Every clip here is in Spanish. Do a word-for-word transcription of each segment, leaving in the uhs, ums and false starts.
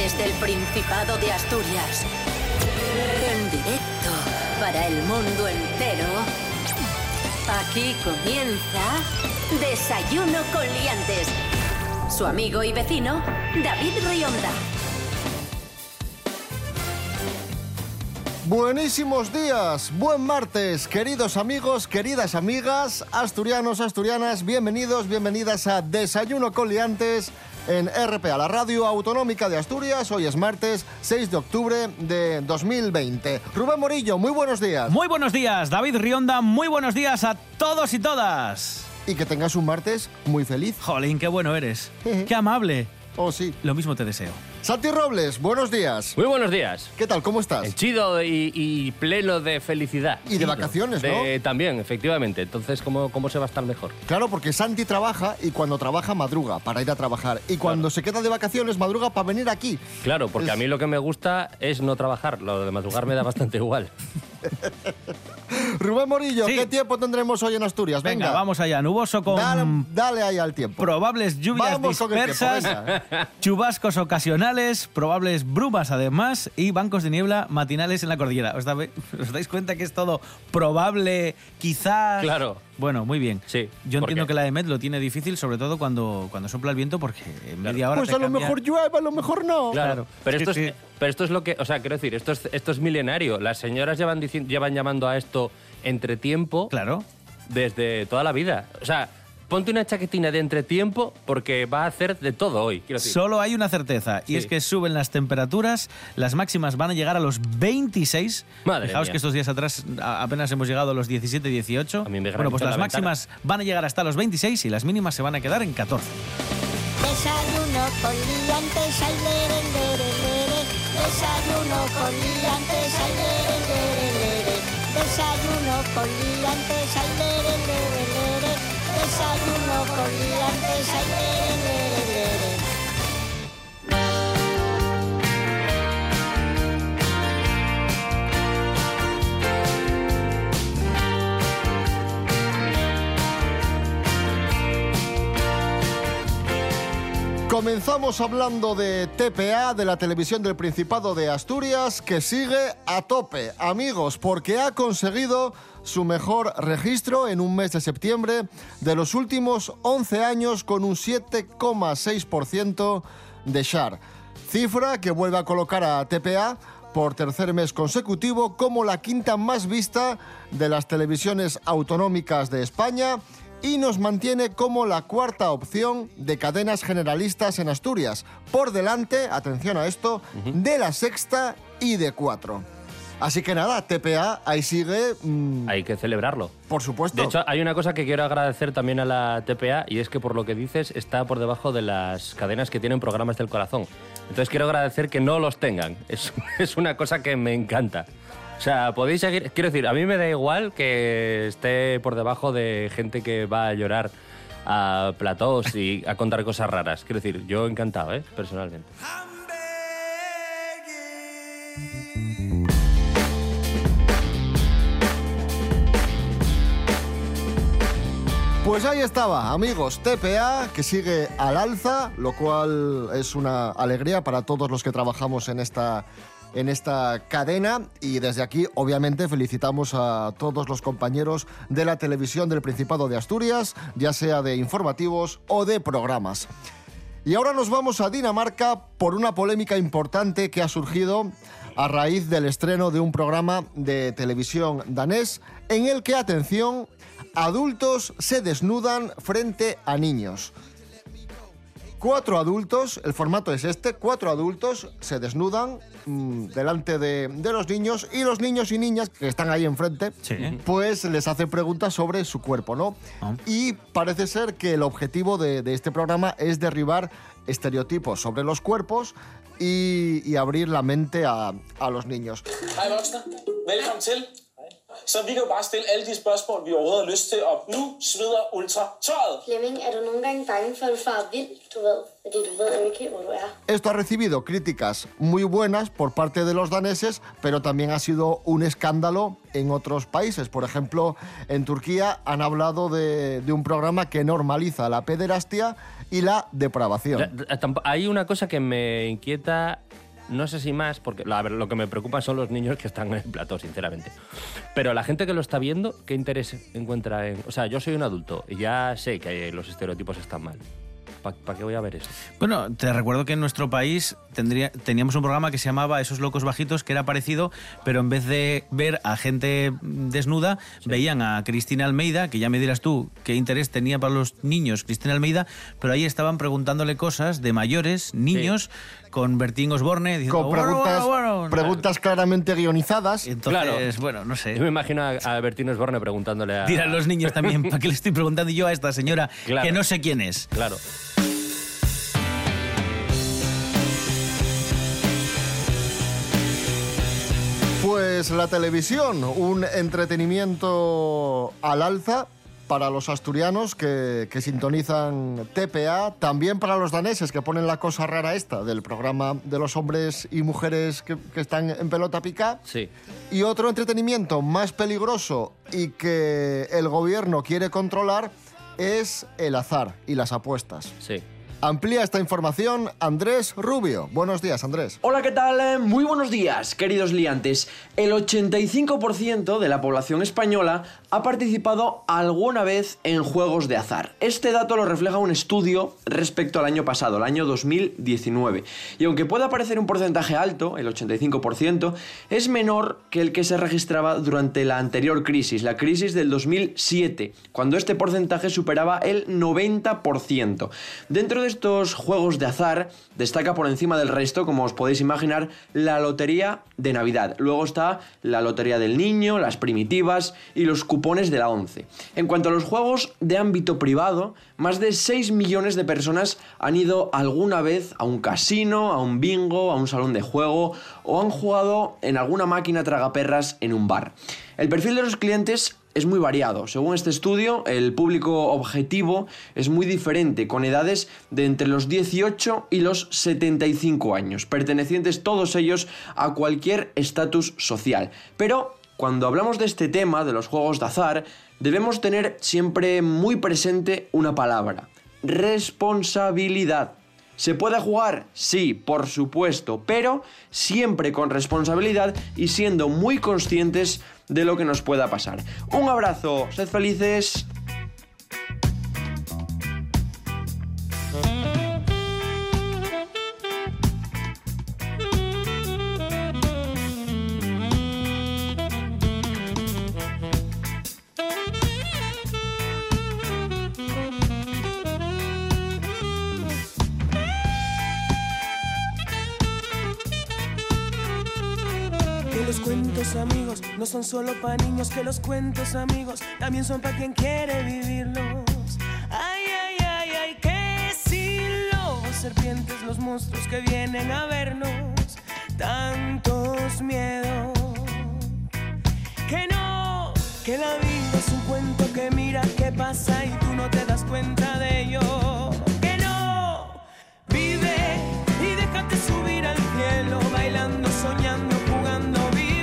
desde el Principado de Asturias, en directo para el mundo entero, aquí comienza Desayuno con Liantes. Su amigo y vecino, David Rionda. Buenísimos días, buen martes, queridos amigos, queridas amigas, asturianos, asturianas, bienvenidos, bienvenidas a Desayuno con Liantes en R P A, la radio autonómica de Asturias. Hoy es martes seis de octubre de dos mil veinte. Rubén Morillo, muy buenos días. Muy buenos días, David Rionda, muy buenos días a todos y todas. Y que tengas un martes muy feliz. Jolín, qué bueno eres, qué amable. Oh, sí. Lo mismo te deseo. Santi Robles, buenos días. Muy buenos días. ¿Qué tal? ¿Cómo estás? Chido y, y pleno de felicidad. Y de vacaciones, ¿no? De, también, efectivamente. Entonces, ¿cómo, ¿cómo se va a estar mejor? Claro, porque Santi trabaja y cuando trabaja madruga para ir a trabajar. Y cuando Claro. se queda de vacaciones madruga para venir aquí. Claro, porque Es- a mí lo que me gusta es no trabajar. Lo de madrugar me da bastante igual. Rubén Morillo, Sí. ¿qué tiempo tendremos hoy en Asturias? Venga, Venga, vamos allá, nuboso con Dale, dale ahí al tiempo. probables lluvias Vamos con el tiempo, dispersas, venga. chubascos ocasionales, probables brumas además y bancos de niebla matinales en la cordillera. ¿Os, da- os dais cuenta que es todo probable, quizás? Claro. Bueno, muy bien. Sí, Yo ¿por entiendo qué? que la E M E T lo tiene difícil, sobre todo cuando, cuando sopla el viento, porque en media hora Pues te a lo cambia- mejor llueve, a lo mejor no. Claro. Claro. Pero, Sí, esto sí. es, pero esto es lo que... O sea, quiero decir, esto es, esto es milenario. Las señoras llevan, dici- llevan llamando a esto entretiempo Claro. desde toda la vida. O sea, ponte una chaquetina de entretiempo porque va a hacer de todo hoy. Quiero decir. Solo hay una certeza, y Sí. es que suben las temperaturas, las máximas van a llegar a los veintiséis. Madre Fijaos mía. que estos días atrás a- apenas hemos llegado a los diecisiete, dieciocho. A mí me Bueno, pues graniza las la máximas van a llegar hasta los veintiséis y las mínimas se van a quedar en catorce. Desayuno con liantes, ay, lere, lere, lere. Desayuno con liantes, ay, lere, lere, lere. Desayuno con liantes, ay, lere, lere, lere. Desayuno con liantes, ay, lere, lere, lere. Comenzamos hablando de T P A, de la televisión del Principado de Asturias, que sigue a tope, amigos, porque ha conseguido su mejor registro en un mes de septiembre de los últimos once años con un siete coma seis por ciento de share. Cifra que vuelve a colocar a T P A por tercer mes consecutivo como la quinta más vista de las televisiones autonómicas de España y nos mantiene como la cuarta opción de cadenas generalistas en Asturias, por delante, atención a esto, de La Sexta y de Cuatro. Así que nada, T P A ahí sigue, mmm, Hay que celebrarlo. por supuesto. De hecho, hay una cosa que quiero agradecer también a la T P A y es que por lo que dices está por debajo de las cadenas que tienen programas del corazón. Entonces quiero agradecer que no los tengan. Es, es una cosa que me encanta. O sea, podéis seguir... Quiero decir, a mí me da igual que esté por debajo de gente que va a llorar a platós y a contar cosas raras. Quiero decir, yo encantado, ¿eh? Personalmente. Pues ahí estaba, amigos, T P A, que sigue al alza, lo cual es una alegría para todos los que trabajamos en esta, en esta cadena. Y desde aquí, obviamente, felicitamos a todos los compañeros de la televisión del Principado de Asturias, ya sea de informativos o de programas. Y ahora nos vamos a Dinamarca por una polémica importante que ha surgido a raíz del estreno de un programa de televisión danés en el que, atención, adultos se desnudan frente a niños. Cuatro adultos, el formato es este, cuatro adultos se desnudan mmm, delante de, de los niños y los niños y niñas que están ahí enfrente, Sí. pues les hacen preguntas sobre su cuerpo, ¿no? Ah. Y parece ser que el objetivo de, de este programa es derribar estereotipos sobre los cuerpos y, y abrir la mente a, a los niños. Hej voksne. Velkommen til. Så vi kan jo bare stille alle de spørgsmål, vi overhovedet har lyst til, og nu smider Ultra tøjet. Flemming, er du nogle gange bange for, at du farer vild, du ved? Fordi du ved jo ikke, hvor du er. Esto ha recibido críticas muy buenas por parte de los daneses, pero también ha sido un escándalo en otros países. Por ejemplo, en Turquía han hablado de, de un programa que normaliza la pederastia y la depravación. Hay una cosa que me inquieta, no sé si más, porque a ver, lo que me preocupa son los niños que están en el plató, sinceramente. Pero la gente que lo está viendo, ¿qué interés encuentra en...? O sea, yo soy un adulto y ya sé que los estereotipos están mal. ¿Para pa qué voy a ver eso? Bueno, te recuerdo que en nuestro país tendría, teníamos un programa que se llamaba Esos locos bajitos, que era parecido, pero en vez de ver a gente desnuda, sí. veían a Cristina Almeida, que ya me dirás tú qué interés tenía para los niños Cristina Almeida, pero ahí estaban preguntándole cosas de mayores, niños, sí. con Bertín Osborne, diciendo, con preguntas, bueno, bueno, bueno. preguntas claramente guionizadas. Entonces, claro. bueno, no sé. Yo me imagino a, a Bertín Osborne preguntándole a... Dirán los niños también, ¿para qué le estoy preguntando yo a esta señora claro. que no sé quién es? Claro. Pues la televisión, un entretenimiento al alza para los asturianos que, que sintonizan T P A, también para los daneses que ponen la cosa rara esta del programa de los hombres y mujeres que, que están en pelota pica. Sí. Y otro entretenimiento más peligroso y que el gobierno quiere controlar es el azar y las apuestas. Sí. Amplía esta información Andrés Rubio. Buenos días, Andrés. Hola, ¿qué tal? Muy buenos días, queridos liantes. El ochenta y cinco por ciento de la población española ha participado alguna vez en juegos de azar. Este dato lo refleja un estudio respecto al año pasado, el año dos mil diecinueve. Y aunque pueda parecer un porcentaje alto, el ochenta y cinco por ciento, es menor que el que se registraba durante la anterior crisis, la crisis del dos mil siete, cuando este porcentaje superaba el noventa por ciento. Dentro de estos juegos de azar destaca por encima del resto, como os podéis imaginar, la lotería de Navidad. Luego está la lotería del niño, las primitivas y los cupones de la once. En cuanto a los juegos de ámbito privado, más de seis millones de personas han ido alguna vez a un casino, a un bingo, a un salón de juego o han jugado en alguna máquina tragaperras en un bar. El perfil de los clientes es muy variado. Según este estudio, el público objetivo es muy diferente, con edades de entre los dieciocho y los setenta y cinco años, pertenecientes todos ellos a cualquier estatus social. Pero cuando hablamos de este tema, de los juegos de azar, debemos tener siempre muy presente una palabra: responsabilidad. ¿Se puede jugar? Sí, por supuesto, pero siempre con responsabilidad y siendo muy conscientes de lo que nos pueda pasar. Un abrazo, sed felices. Los cuentos, amigos, no son solo para niños, que los cuentos, amigos, también son para quien quiere vivirlos. Ay, ay, ay, ay, que si los serpientes, los monstruos que vienen a vernos, tantos miedos. Que no, que la vida es un cuento que mira qué pasa y tú no te das cuenta de ello. Que no, vive y déjate subir al cielo, bailando, soñando, jugando.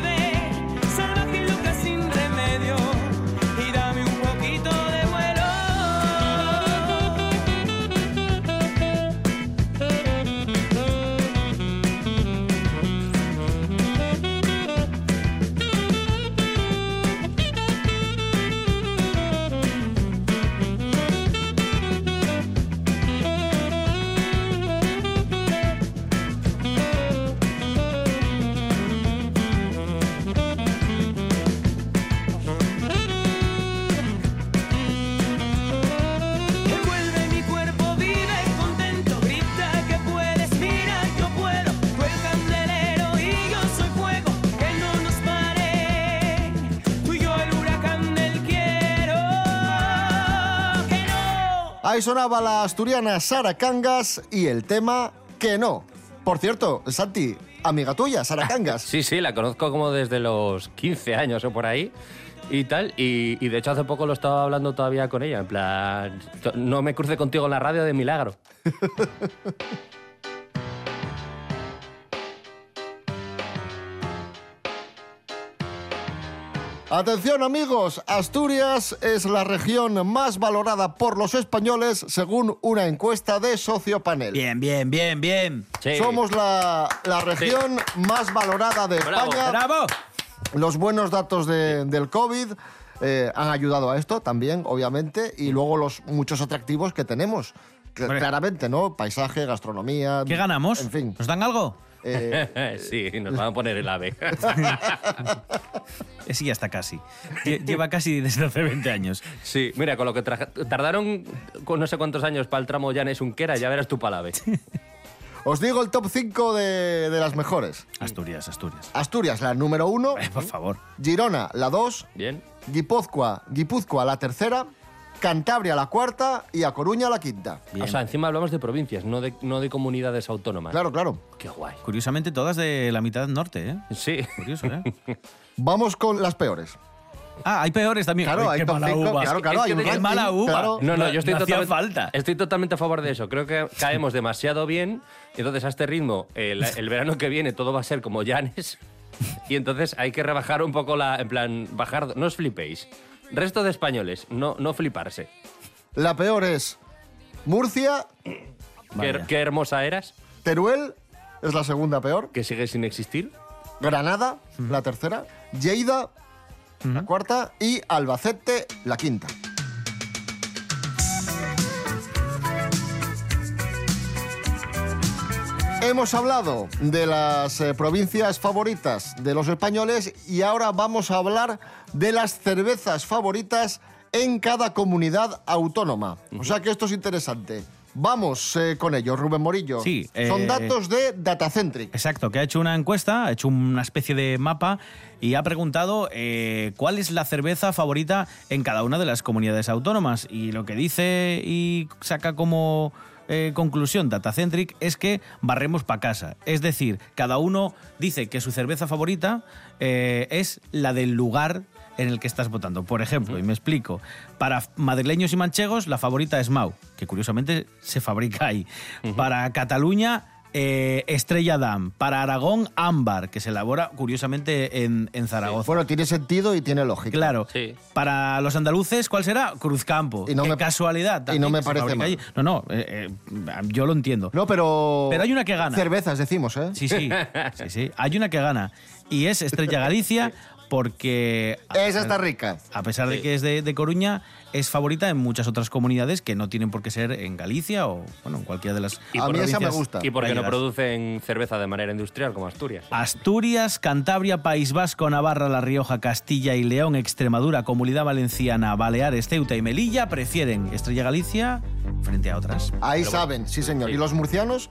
Ahí sonaba la asturiana Sara Cangas y el tema Que no. Por cierto, Santi, amiga tuya, Sara Cangas. Sí, sí, la conozco como desde los quince años o por ahí. y tal. Y, y de hecho hace poco lo estaba hablando todavía con ella, en plan, no me cruce contigo en la radio de milagro. Atención amigos, Asturias es la región más valorada por los españoles según una encuesta de Sociopanel. Bien, bien, bien, bien. Sí. Somos la, la región sí. más valorada de Bravo. España. ¡Bravo! Los buenos datos de, del COVID eh, han ayudado a esto también, obviamente, y luego los muchos atractivos que tenemos. Hombre. Claramente, ¿no? Paisaje, gastronomía... ¿Qué ganamos? En fin. ¿Nos dan algo? Eh, sí, nos van a poner el ave. Sí, ya está casi. Lle- Lleva casi desde hace veinte años. Sí, mira, con lo que tra- tardaron con no sé cuántos años para el tramo Llanes Unquera, ya verás tu palave. os digo el top cinco de, de las mejores. Asturias, Asturias. Asturias, la número uno. Eh, por favor. Girona, la dos. Bien. Guipúzcoa, Guipúzcoa, la tercera. Cantabria, la cuarta. Y A Coruña, la quinta. Bien. O sea, encima hablamos de provincias, no de, no de comunidades autónomas. Claro, claro. Qué guay. Curiosamente, todas de la mitad norte, ¿eh? Sí. Curioso, ¿eh? Vamos con las peores. Ah, hay peores también. Claro, Uy, hay qué top mala cinco, uva. claro, claro, Es hay que un qué ranking, mala uva. claro. No, no, yo estoy, hacía totalmente, falta. estoy totalmente a favor de eso. Creo que caemos demasiado bien y entonces a este ritmo, el, el verano que viene todo va a ser como Llanes y entonces hay que rebajar un poco la... En plan, bajar... No os flipéis. Resto de españoles, no, no fliparse. La peor es Murcia. Qué, Vaya. qué hermosa eras, Teruel es la segunda peor. que sigue sin existir. Granada, la tercera. Lleida, la cuarta. Y Albacete, la quinta. Hemos hablado de las eh, provincias favoritas de los españoles y ahora vamos a hablar de las cervezas favoritas en cada comunidad autónoma. O sea que esto es interesante. Vamos eh, con ello, Rubén Morillo. Sí, Son eh, datos de Datacentric. Exacto, que ha hecho una encuesta, ha hecho una especie de mapa y ha preguntado eh, cuál es la cerveza favorita en cada una de las comunidades autónomas. Y lo que dice y saca como eh, conclusión Datacentric es que barremos para casa. Es decir, cada uno dice que su cerveza favorita eh, es la del lugar en el que estás votando. Por ejemplo, uh-huh. y me explico, para madrileños y manchegos la favorita es Mau, que curiosamente se fabrica ahí. Uh-huh. Para Cataluña, eh, Estrella Damm. Para Aragón, Ámbar, que se elabora curiosamente en, en Zaragoza. Sí. Bueno, tiene sentido y tiene lógica. Claro. Sí. Para los andaluces, ¿cuál será? Cruzcampo. Y no Qué me, casualidad. Y no me se parece fabrica mal. allí. No, no, eh, eh, yo lo entiendo. No, pero... Pero hay una que gana. Cervezas, decimos, ¿eh? Sí, sí, sí, sí. Hay una que gana. Y es Estrella Galicia, porque... Esa está rica. A pesar de Sí. que es de, de Coruña, es favorita en muchas otras comunidades que no tienen por qué ser en Galicia o, bueno, en cualquiera de las A mí esa me provincias gusta. Y porque no gallegas. producen cerveza de manera industrial como Asturias. Asturias, Cantabria, País Vasco, Navarra, La Rioja, Castilla y León, Extremadura, Comunidad Valenciana, Baleares, Ceuta y Melilla prefieren Estrella Galicia frente a otras. Ahí Pero saben, bueno, sí señor. sí. ¿Y los murcianos?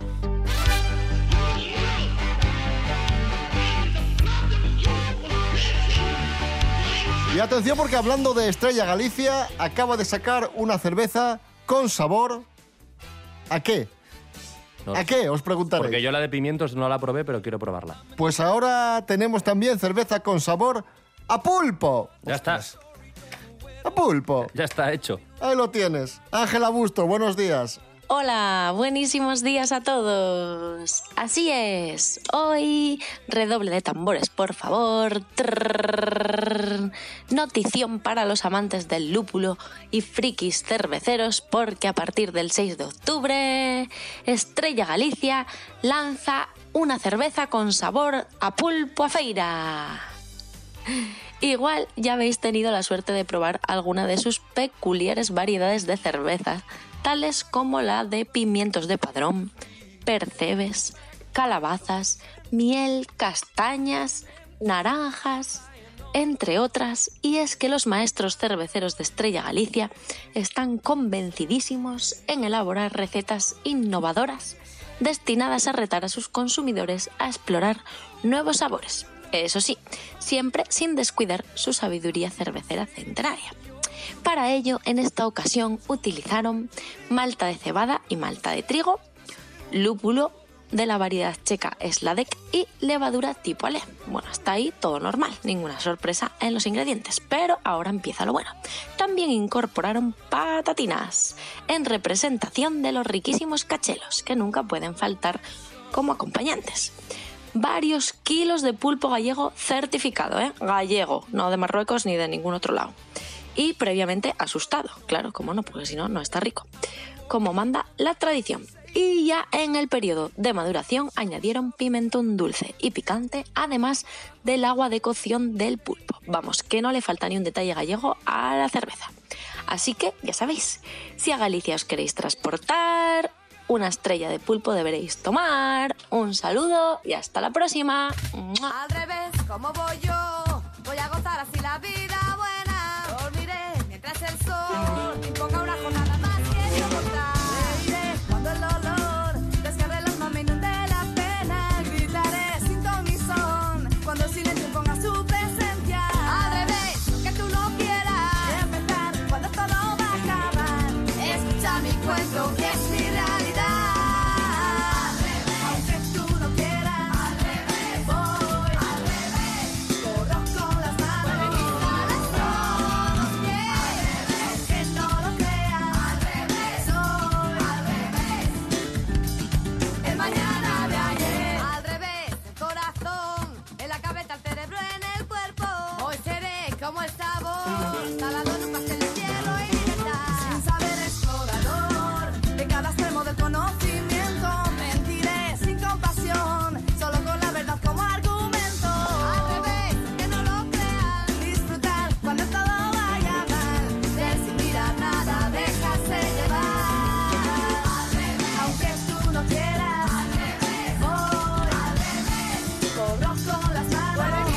Y atención porque hablando de Estrella Galicia, acaba de sacar una cerveza con sabor... ¿A qué? No, ¿A qué? Os preguntaréis. Porque yo la de pimientos no la probé, pero quiero probarla. Pues ahora tenemos también cerveza con sabor a pulpo. Ya está, A pulpo. ya está hecho. Ahí lo tienes. Ángela Busto, buenos días. Hola, buenísimos días a todos. Así es, hoy redoble de tambores, por favor. Trrrr. Notición para los amantes del lúpulo y frikis cerveceros, porque a partir del seis de octubre, Estrella Galicia lanza una cerveza con sabor a pulpo a feira. Igual ya habéis tenido la suerte de probar alguna de sus peculiares variedades de cervezas, tales como la de pimientos de padrón, percebes, calabazas, miel, castañas, naranjas, entre otras. Y es que los maestros cerveceros de Estrella Galicia están convencidísimos en elaborar recetas innovadoras destinadas a retar a sus consumidores a explorar nuevos sabores. Eso sí, siempre sin descuidar su sabiduría cervecera centenaria. Para ello, en esta ocasión utilizaron malta de cebada y malta de trigo, lúpulo, de la variedad checa Sladek y levadura tipo Ale. Bueno, hasta ahí todo normal, ninguna sorpresa en los ingredientes, pero ahora empieza lo bueno. También incorporaron patatinas en representación de los riquísimos cachelos, que nunca pueden faltar como acompañantes. Varios kilos de pulpo gallego certificado, ¿eh? Gallego, no de Marruecos ni de ningún otro lado. Y previamente asustado, claro, como no, porque si no, no está rico, como manda la tradición. Y ya en el periodo de maduración añadieron pimentón dulce y picante, además del agua de cocción del pulpo. Vamos, que no le falta ni un detalle gallego a la cerveza. Así que, ya sabéis, si a Galicia os queréis transportar, una estrella de pulpo deberéis tomar. Un saludo y hasta la próxima. Al revés, como voy yo, voy a gozar así la vida buena. Dormiré mientras el sol imponga una jornada más que soportar. Reiré cuando el dolor desgarre el alma, me inunde la pena. Gritaré sin ton ni son cuando el silencio imponga su presencia. Al revés, lo que tú no quieras empezar cuando todo va a acabar. Escucha mi cuento, que es mi realidad. Como el sabor, salado en un pastel de cielo y libertad. Sin saber explorador, de cada extremo del conocimiento. Mentiré sin compasión, solo con la verdad como argumento. Al revés, que no lo crean, disfrutar cuando todo vaya mal. Ver sin mirar nada, dejarse llevar. Al revés, aunque tú no quieras. Al revés, voy. Al revés, corro con las manos.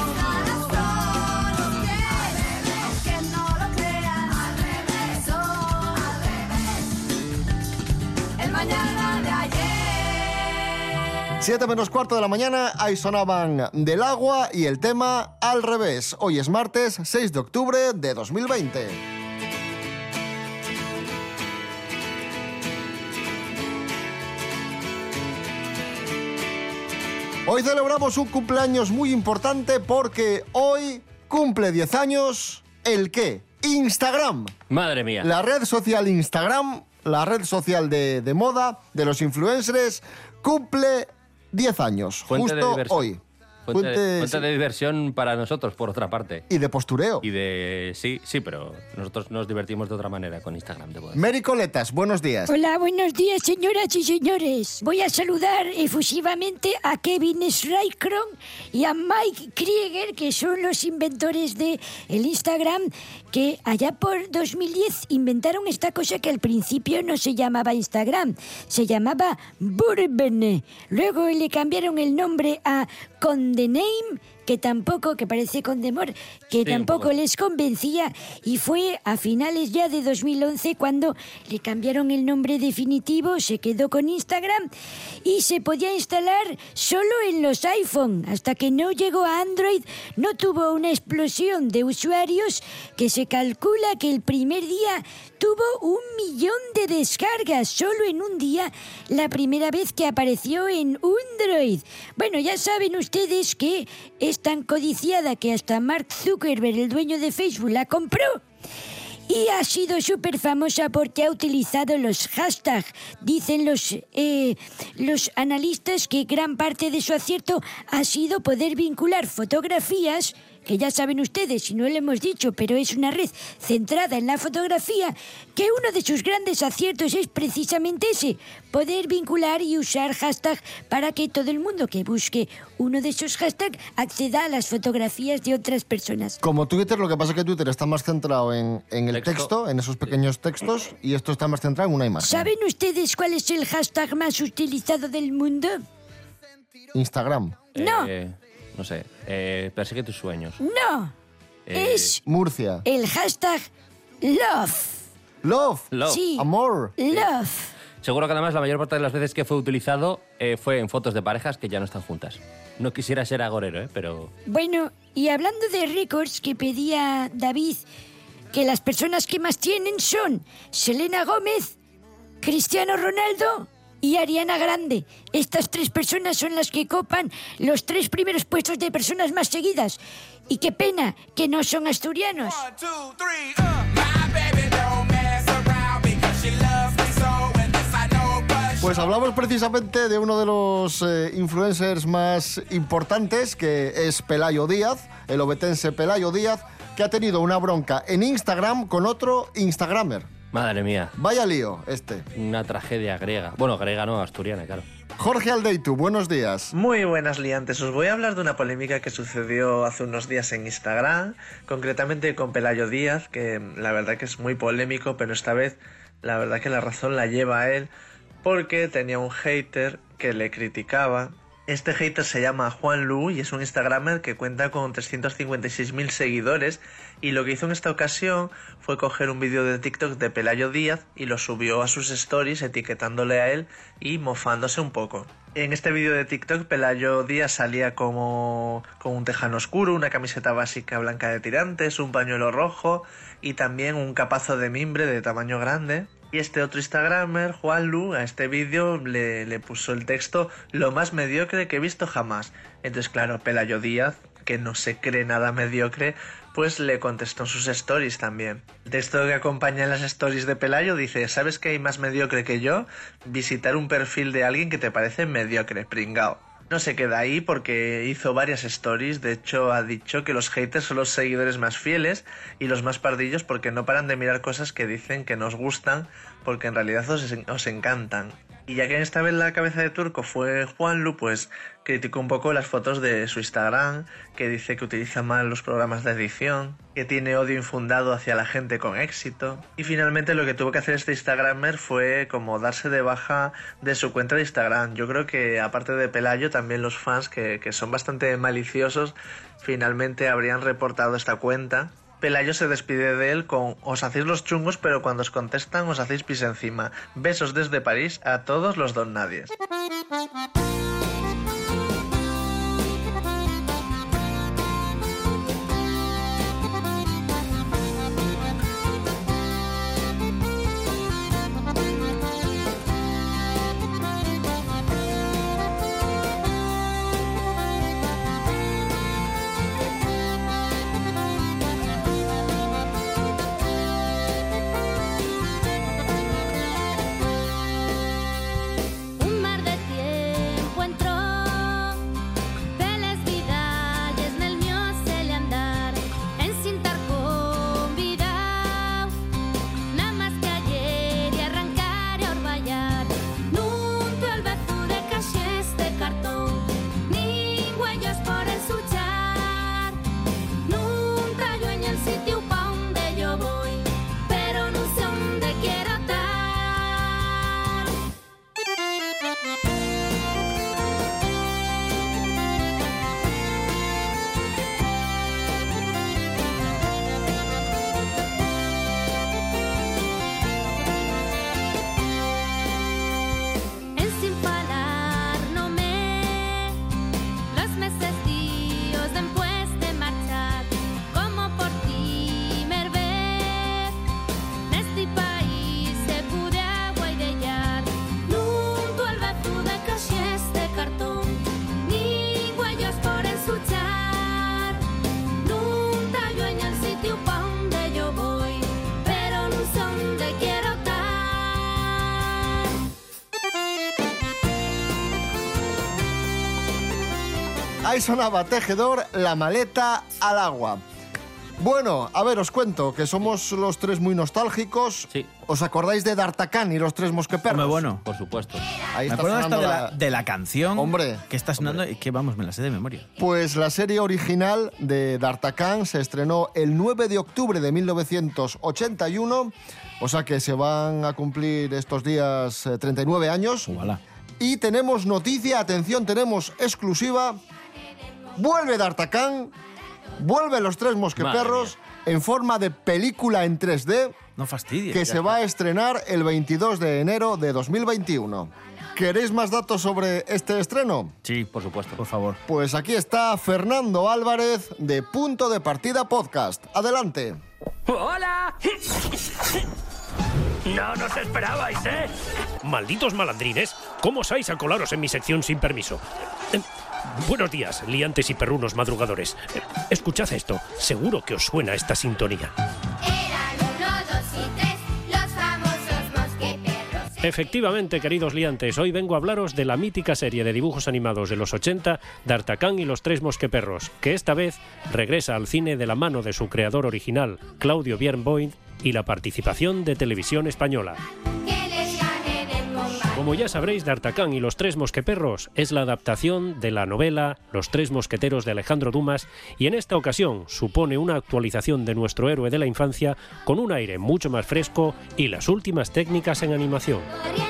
Siete menos cuarto de la mañana, ahí sonaban Del Agua y el tema Al Revés. Hoy es martes seis de octubre de dos mil veinte. Hoy celebramos un cumpleaños muy importante porque hoy cumple diez años ¿el qué? Instagram. Madre mía. La red social Instagram, la red social de, de moda, de los influencers, cumple diez años, Fuente justo de hoy. Fuente, Fuente, de, fuente sí. de diversión para nosotros, por otra parte. Y de postureo. Y de... Sí, sí, pero nosotros nos divertimos de otra manera con Instagram. De Mary Coletas, buenos días. Hola, buenos días, señoras y señores. Voy a saludar efusivamente a Kevin Schreikron y a Mike Krieger, que son los inventores de el Instagram, que allá por dos mil diez inventaron esta cosa que al principio no se llamaba Instagram, se llamaba Bourbon. Luego le cambiaron el nombre a Condename, que tampoco, que parece Condemor, que Sí, tampoco les convencía, y fue a finales ya de dos mil once cuando le cambiaron el nombre definitivo, se quedó con Instagram y se podía instalar solo en los iPhone. Hasta que no llegó a Android, no tuvo una explosión de usuarios que se calcula que el primer día tuvo un millón de descargas solo en un día, la primera vez que apareció en Android. Bueno, ya saben ustedes que es tan codiciada que hasta Mark Zuckerberg, el dueño de Facebook, la compró. Y ha sido súper famosa porque ha utilizado los hashtags. Dicen los, eh, los analistas que gran parte de su acierto ha sido poder vincular fotografías, que ya saben ustedes, si no lo hemos dicho, pero es una red centrada en la fotografía, que uno de sus grandes aciertos es precisamente ese, poder vincular y usar hashtag para que todo el mundo que busque uno de esos hashtags acceda a las fotografías de otras personas. Como Twitter, lo que pasa es que Twitter está más centrado en, en el texto. Texto. en esos pequeños textos, y esto está más centrado en una imagen. ¿Saben ustedes cuál es el hashtag más utilizado del mundo? Instagram. No. Eh, no sé. Eh, persigue tus sueños. No, Eh, es Murcia. el hashtag love. Love. Love. Sí, Amor. love. Seguro que además la mayor parte de las veces que fue utilizado eh, fue en fotos de parejas que ya no están juntas. No quisiera ser agorero, ¿eh? Pero... Bueno, y hablando de récords que pedía David, que las personas que más tienen son Selena Gómez, Cristiano Ronaldo y Ariana Grande. Estas tres personas son las que copan los tres primeros puestos de personas más seguidas. Y qué pena que no son asturianos. Pues hablamos precisamente de uno de los eh, influencers más importantes, que es Pelayo Díaz, el obetense Pelayo Díaz, que ha tenido una bronca en Instagram con otro instagramer. Madre mía. Vaya lío este. Una tragedia griega. Bueno, griega no, asturiana, claro. Jorge Aldeitu, buenos días. Muy buenas, liantes. Os voy a hablar de una polémica que sucedió hace unos días en Instagram, concretamente con Pelayo Díaz, que la verdad que es muy polémico, pero esta vez la verdad que la razón la lleva a él, porque tenía un hater que le criticaba. Este hater se llama Juan Lu y es un instagramer que cuenta con trescientos cincuenta y seis mil seguidores, y lo que hizo en esta ocasión fue coger un vídeo de TikTok de Pelayo Díaz y lo subió a sus stories etiquetándole a él y mofándose un poco. En este vídeo de TikTok Pelayo Díaz salía como con un tejano oscuro, una camiseta básica blanca de tirantes, un pañuelo rojo y también un capazo de mimbre de tamaño grande. Y este otro instagramer, Juan Lu, a este vídeo le, le puso el texto "lo más mediocre que he visto jamás". Entonces, claro, Pelayo Díaz, que no se cree nada mediocre, pues le contestó en sus stories también. El texto que acompaña en las stories de Pelayo dice: ¿sabes qué hay más mediocre que yo? Visitar un perfil de alguien que te parece mediocre, pringao. No se queda ahí porque hizo varias stories. De hecho, ha dicho que los haters son los seguidores más fieles y los más pardillos porque no paran de mirar cosas que dicen que nos gustan porque en realidad os, os encantan. Y ya que esta vez la cabeza de turco fue Juan Lu, pues criticó un poco las fotos de su Instagram, que dice que utiliza mal los programas de edición, que tiene odio infundado hacia la gente con éxito. Y finalmente lo que tuvo que hacer este instagramer fue como darse de baja de su cuenta de Instagram. Yo creo que aparte de Pelayo, también los fans, que, que son bastante maliciosos, finalmente habrían reportado esta cuenta. Pelayo se despide de él con: os hacéis los chungos, pero cuando os contestan os hacéis pis encima. Besos desde París a todos los don nadies. Un mar de tiempo entró, peles vidalles nel mío se le andar, en cintar convidao, nada más que ayer y arrancar y orvallar, nun tu el bezu de caixes de cartón, ni huellos por ensuchar, nun tallo en el sitio pa' donde yo voy, pero no sé dónde quiero estar. En sin falar no me los meses días después de marchar, como por ti merver neste país se pude agua y de llar, nun tu el bezu de caixes de cartón, ni huellos por ensuchar, nun tallo en el sitio pa' donde yo voy, pero no sé dónde quiero estar. Ahí sonaba Tejedor, La maleta al agua. Bueno, a ver, os cuento que somos los tres muy nostálgicos. Sí. ¿Os acordáis de D'Artagnan y los tres mosqueperros? Hombre, bueno. Por supuesto. Ahí Me está acuerdo hasta sonando de la- la, de la canción Hombre, que está sonando y que, vamos, me la sé de memoria. Pues la serie original de D'Artagnan se estrenó el nueve de octubre de mil novecientos ochenta y uno, o sea que se van a cumplir estos días eh, treinta y nueve años. Ojalá. Y tenemos noticia, atención, tenemos exclusiva. Vuelve D'Artagnan, vuelven los tres mosqueperros en forma de película en tres D No fastidies. que se va a estrenar el veintidós de enero de dos mil veintiuno. ¿Queréis más datos sobre este estreno? Sí, por supuesto. Por favor. Pues aquí está Fernando Álvarez de Punto de Partida Podcast. Adelante. ¡Hola! No nos esperabais, ¿eh? Malditos malandrines, ¿cmo osáis a colaros en mi sección sin permiso? Eh, buenos días, liantes y perrunos madrugadores. Eh, escuchad esto, seguro que os suena esta sintonía. Efectivamente, queridos liantes, hoy vengo a hablaros de la mítica serie de dibujos animados de los ochenta, D'Artagnan y los Tres Mosqueperros, que esta vez regresa al cine de la mano de su creador original, Claudio Bierboim, y la participación de Televisión Española. Como ya sabréis, D'Artagnan y los Tres Mosqueperros es la adaptación de la novela Los Tres Mosqueteros de Alejandro Dumas, y en esta ocasión supone una actualización de nuestro héroe de la infancia con un aire mucho más fresco y las últimas técnicas en animación.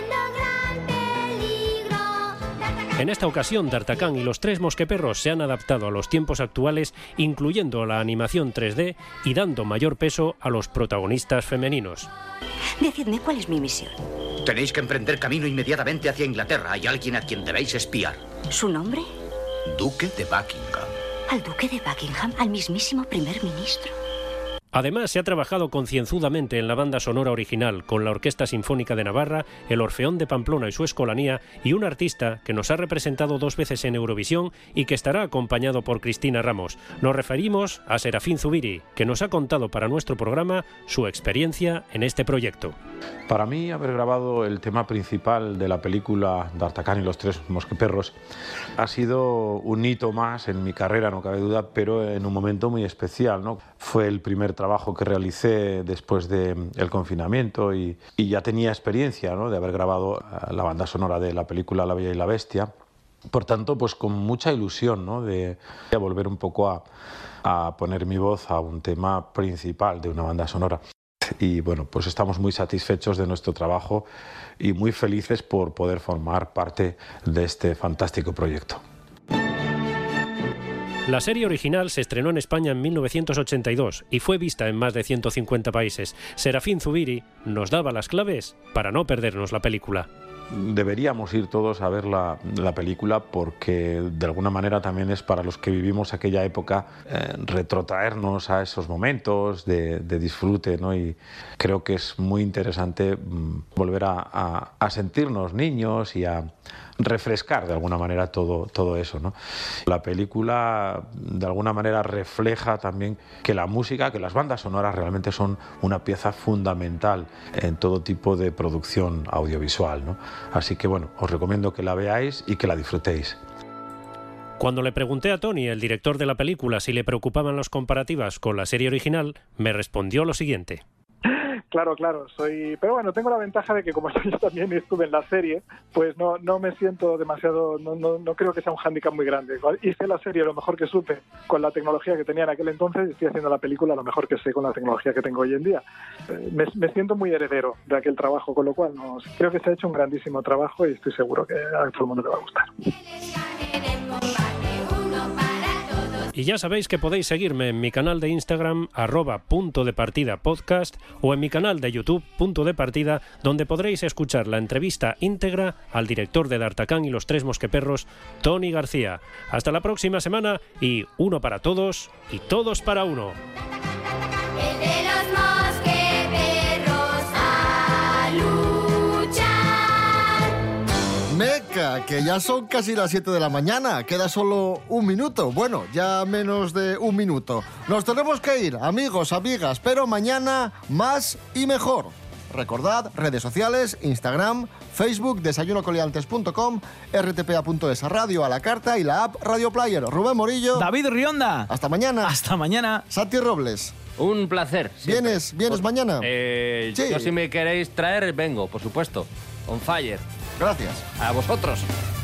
En esta ocasión, D'Artagnan y los Tres Mosqueperros se han adaptado a los tiempos actuales, incluyendo la animación tres D y dando mayor peso a los protagonistas femeninos. Decidme, ¿cuál es mi misión? Tenéis que emprender camino inmediatamente hacia Inglaterra. Hay alguien a quien debéis espiar. ¿Su nombre? Duque de Buckingham. Al duque de Buckingham, al mismísimo primer ministro. Además, se ha trabajado concienzudamente en la banda sonora original con la Orquesta Sinfónica de Navarra, el Orfeón de Pamplona y su Escolanía, y un artista que nos ha representado dos veces en Eurovisión y que estará acompañado por Cristina Ramos. Nos referimos a Serafín Zubiri, que nos ha contado para nuestro programa su experiencia en este proyecto. Para mí, haber grabado el tema principal de la película D'Artagnan y los Tres Mosqueperros ha sido un hito más en mi carrera, no cabe duda, pero en un momento muy especial, ¿no? Fue el primer trabajo que realicé después del confinamiento y, y ya tenía experiencia, ¿no?, de haber grabado la banda sonora de la película La Bella y la Bestia. Por tanto, pues con mucha ilusión, ¿no?, de, de volver un poco a, a poner mi voz a un tema principal de una banda sonora. Y bueno, pues estamos muy satisfechos de nuestro trabajo y muy felices por poder formar parte de este fantástico proyecto. La serie original se estrenó en España en mil novecientos ochenta y dos y fue vista en más de ciento cincuenta países. Serafín Zubiri nos daba las claves para no perdernos la película. Deberíamos ir todos a ver la, la película porque de alguna manera también es para los que vivimos aquella época eh, retrotraernos a esos momentos de, de disfrute, ¿no? Y creo que es muy interesante mm, volver a, a, a sentirnos niños y a refrescar de alguna manera todo, todo eso, ¿no? La película de alguna manera refleja también que la música, que las bandas sonoras realmente son una pieza fundamental en todo tipo de producción audiovisual, ¿no? Así que bueno, os recomiendo que la veáis y que la disfrutéis. Cuando le pregunté a Tony, el director de la película, si le preocupaban las comparativas con la serie original, me respondió lo siguiente. Claro, claro, soy... Pero bueno, tengo la ventaja de que como yo también estuve en la serie, pues no, no me siento demasiado... No, no, no creo que sea un hándicap muy grande. Hice la serie lo mejor que supe con la tecnología que tenía en aquel entonces y estoy haciendo la película lo mejor que sé con la tecnología que tengo hoy en día. Me, me siento muy heredero de aquel trabajo, con lo cual no, creo que se ha hecho un grandísimo trabajo y estoy seguro que a todo el mundo le va a gustar. Y ya sabéis que podéis seguirme en mi canal de Instagram, arroba punto de partida podcast, o en mi canal de YouTube, punto de partida, donde podréis escuchar la entrevista íntegra al director de D'Artagnan y los Tres Mosqueperros, Tony García. Hasta la próxima semana y uno para todos y todos para uno. El de los mosqueperros a luchar. Meca, que ya son casi las siete de la mañana. Queda solo un minuto. Bueno, ya menos de un minuto. Nos tenemos que ir, amigos, amigas, pero mañana más y mejor. Recordad, redes sociales, Instagram, Facebook, desayuno coliantes punto com, r t p a punto es, Radio a la Carta y la app Radio Player. Rubén Morillo. David Rionda. Hasta mañana. Hasta mañana. Santi Robles. Un placer. Siempre. ¿Vienes, vienes mañana? Eh, sí. Yo si me queréis traer, vengo, por supuesto. On fire. Gracias. A vosotros.